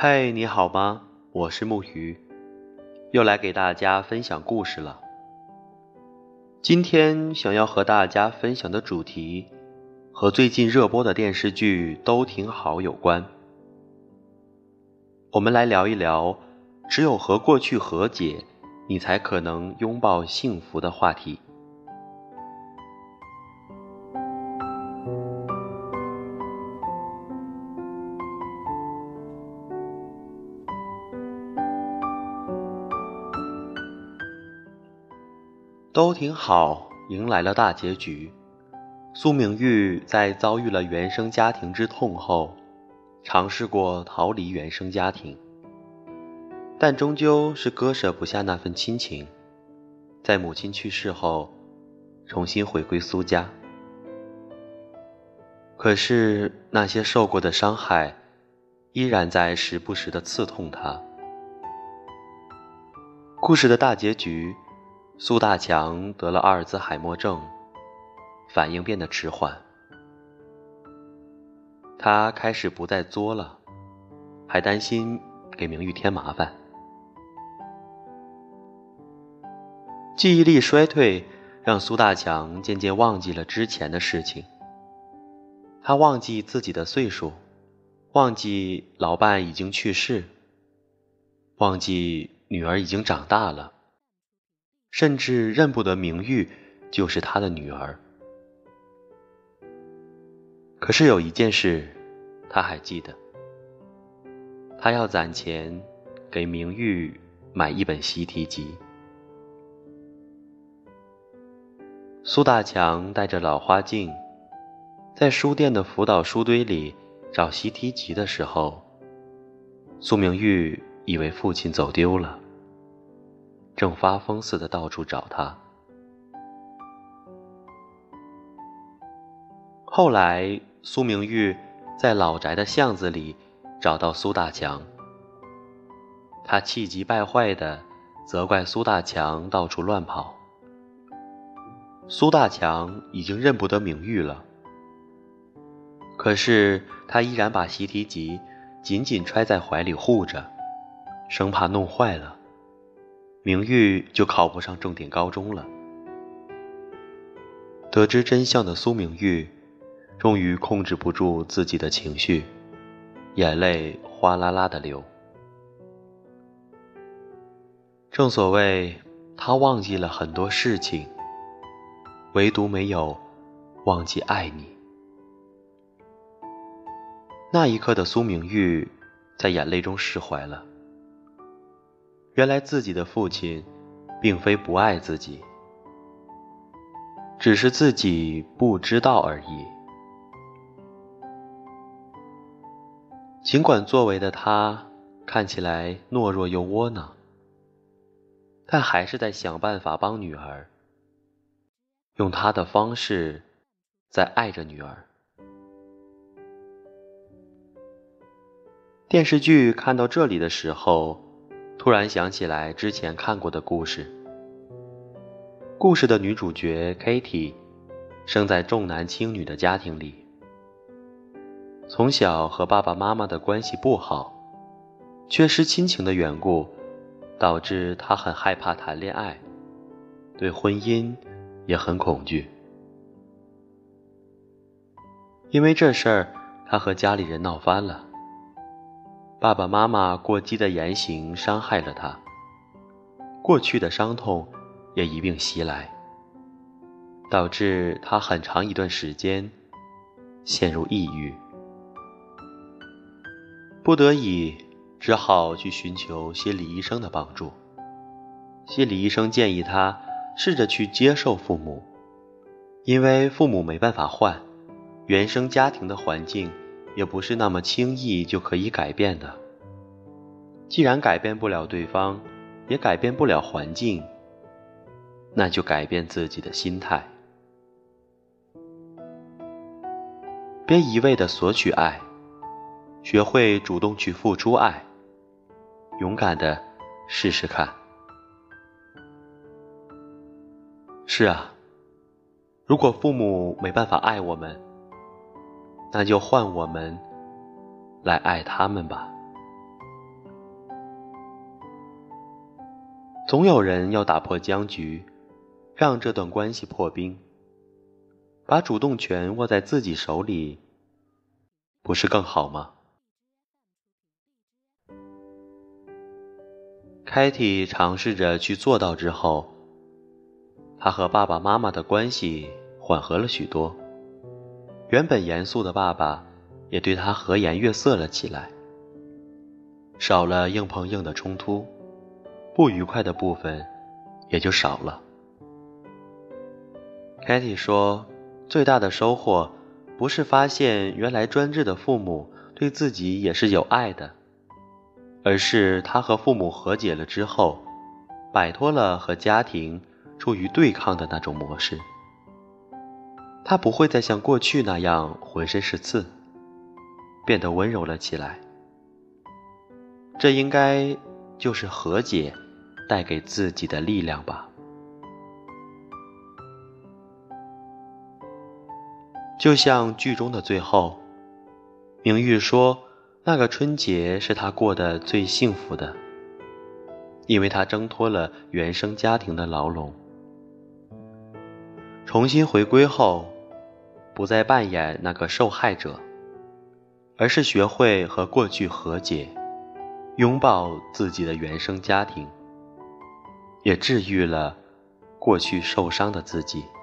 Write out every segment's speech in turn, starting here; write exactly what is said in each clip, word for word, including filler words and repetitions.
嗨，你好吗？我是木鱼，又来给大家分享故事了。今天想要和大家分享的主题和最近热播的电视剧都挺好有关。我们来聊一聊只有和过去和解，你才可能拥抱幸福的话题。都挺好，迎来了大结局。苏明玉在遭遇了原生家庭之痛后，尝试过逃离原生家庭，但终究是割舍不下那份亲情，在母亲去世后，重新回归苏家。可是那些受过的伤害，依然在时不时地刺痛她。故事的大结局，苏大强得了阿尔兹海默症，反应变得迟缓。他开始不再作了，还担心给明玉添麻烦。记忆力衰退让苏大强渐渐忘记了之前的事情。他忘记自己的岁数，忘记老伴已经去世，忘记女儿已经长大了，甚至认不得明玉就是他的女儿。可是有一件事他还记得，他要攒钱给明玉买一本习题集。苏大强带着老花镜，在书店的辅导书堆里找习题集的时候，苏明玉以为父亲走丢了，正发疯似的到处找他。后来苏明玉在老宅的巷子里找到苏大强，他气急败坏地责怪苏大强到处乱跑。苏大强已经认不得明玉了，可是他依然把习题集紧紧揣在怀里护着，生怕弄坏了，明玉就考不上重点高中了。得知真相的苏明玉终于控制不住自己的情绪，眼泪哗啦啦地流。正所谓，他忘记了很多事情，唯独没有忘记爱你。那一刻的苏明玉在眼泪中释怀了。原来自己的父亲并非不爱自己，只是自己不知道而已。尽管作为的他看起来懦弱又窝囊，但还是在想办法帮女儿，用他的方式在爱着女儿。电视剧看到这里的时候，突然想起来之前看过的故事。故事的女主角 Katie 生在重男轻女的家庭里，从小和爸爸妈妈的关系不好，缺失亲情的缘故，导致她很害怕谈恋爱，对婚姻也很恐惧。因为这事儿，她和家里人闹翻了。爸爸妈妈过激的言行伤害了她，过去的伤痛也一并袭来，导致她很长一段时间陷入抑郁。不得已，只好去寻求心理医生的帮助。心理医生建议她试着去接受父母，因为父母没办法换，原生家庭的环境也不是那么轻易就可以改变的。既然改变不了对方，也改变不了环境，那就改变自己的心态。别一味地索取爱，学会主动去付出爱，勇敢地试试看。是啊，如果父母没办法爱我们，那就换我们来爱他们吧。 总有人要打破僵局，让这段关系破冰，把主动权握在自己手里，不是更好吗？凯蒂尝试着去做到之后，他和爸爸妈妈的关系缓和了许多，原本严肃的爸爸也对他和颜悦色了起来，少了硬碰硬的冲突，不愉快的部分也就少了。凯蒂说，最大的收获不是发现原来专制的父母对自己也是有爱的，而是他和父母和解了之后，摆脱了和家庭处于对抗的那种模式。他不会再像过去那样浑身是刺，变得温柔了起来。这应该就是和解带给自己的力量吧。就像剧中的最后，明玉说那个春节是他过得最幸福的，因为他挣脱了原生家庭的牢笼。重新回归后，不再扮演那个受害者，而是学会和过去和解，拥抱自己的原生家庭，也治愈了过去受伤的自己。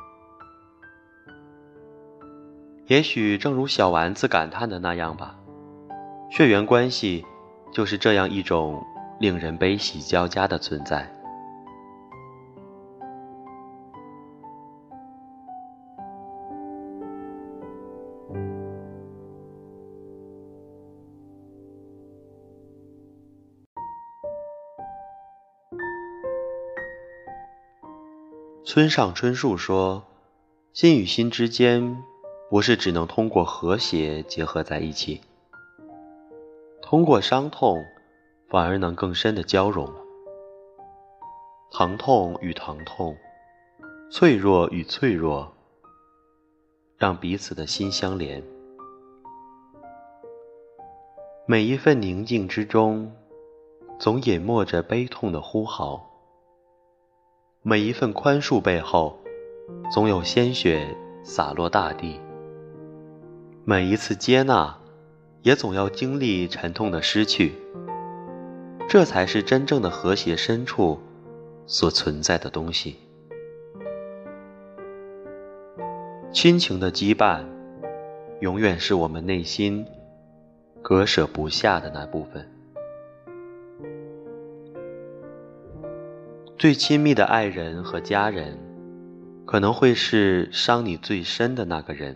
也许正如小丸子感叹的那样吧，血缘关系就是这样一种令人悲喜交加的存在。村上春树说，心与心之间不是只能通过和谐结合在一起，通过伤痛反而能更深的交融。疼痛与疼痛，脆弱与脆弱，让彼此的心相连。每一份宁静之中，总隐没着悲痛的呼号；每一份宽恕背后，总有鲜血洒落大地；每一次接纳，也总要经历沉痛的失去。这才是真正的和谐深处所存在的东西。亲情的羁绊，永远是我们内心割舍不下的那部分。最亲密的爱人和家人，可能会是伤你最深的那个人。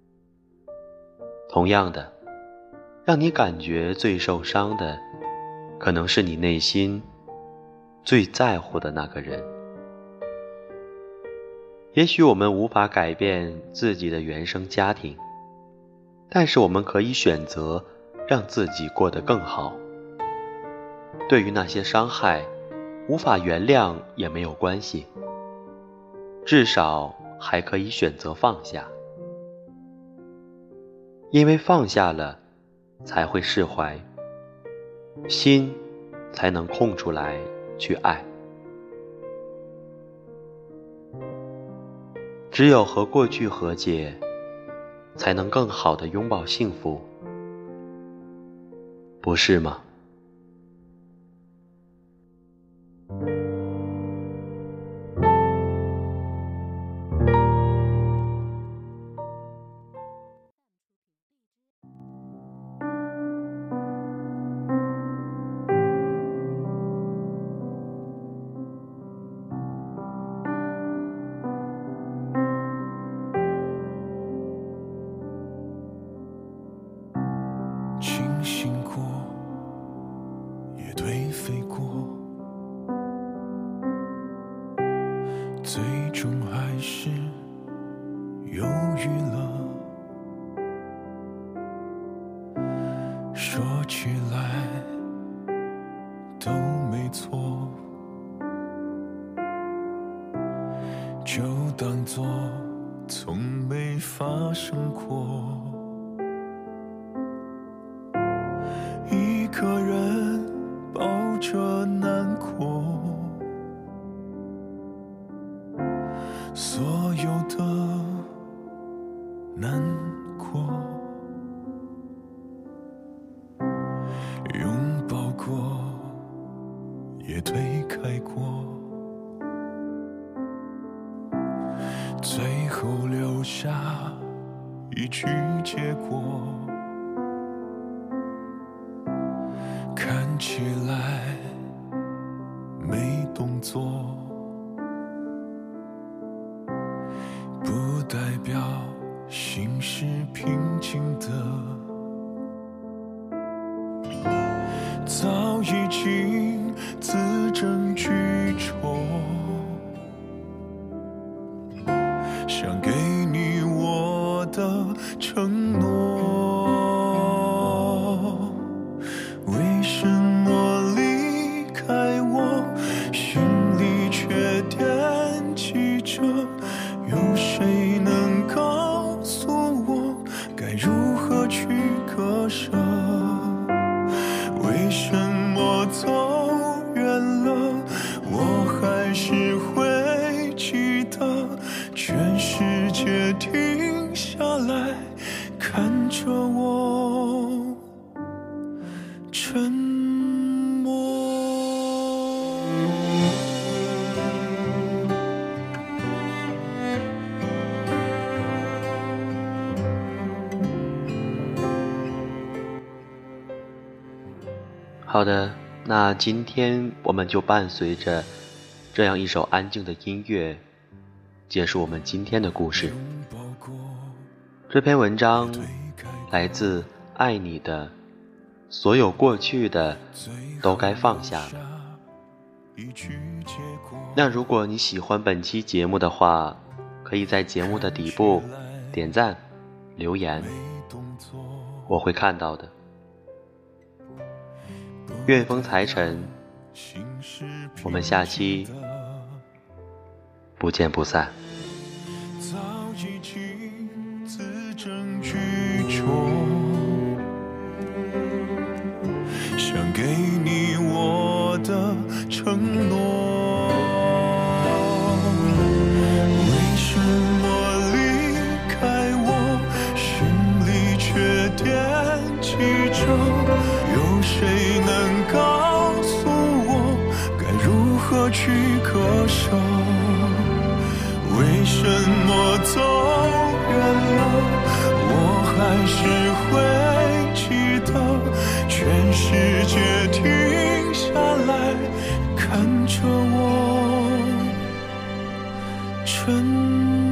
同样的，让你感觉最受伤的，可能是你内心最在乎的那个人。也许我们无法改变自己的原生家庭，但是我们可以选择让自己过得更好。对于那些伤害，无法原谅也没有关系，至少还可以选择放下。因为放下了，才会释怀，心才能空出来去爱。只有和过去和解，才能更好地拥抱幸福，不是吗？ 清醒过，也颓废过，最终还是犹豫了。说起来都没错，就当作从没发生过。一个人抱着难过， 也推开过，最后留下一句结果，看起来没动作，不代表心是平静的，早已经字斟句酌，想给你我的承诺，为什么离开我，心里却惦记着，有谁能告诉我该如何去割舍，为什么走远了我还是会记得，全世界停下来看着我沉默。 好的，那今天我们就伴随着这样一首安静的音乐结束我们今天的故事。这篇文章来自爱你的，所有过去的都该放下了。那如果你喜欢本期节目的话，可以在节目的底部点赞留言，我会看到的。愿风财神，我们下期不见不散。 早已经字斟句酌，想给你我的承诺，为什么离开我，心里却惦记着，有谁能告诉我该如何去割舍，为什么走远了我还是会记得，全世界停下来看着我沉默。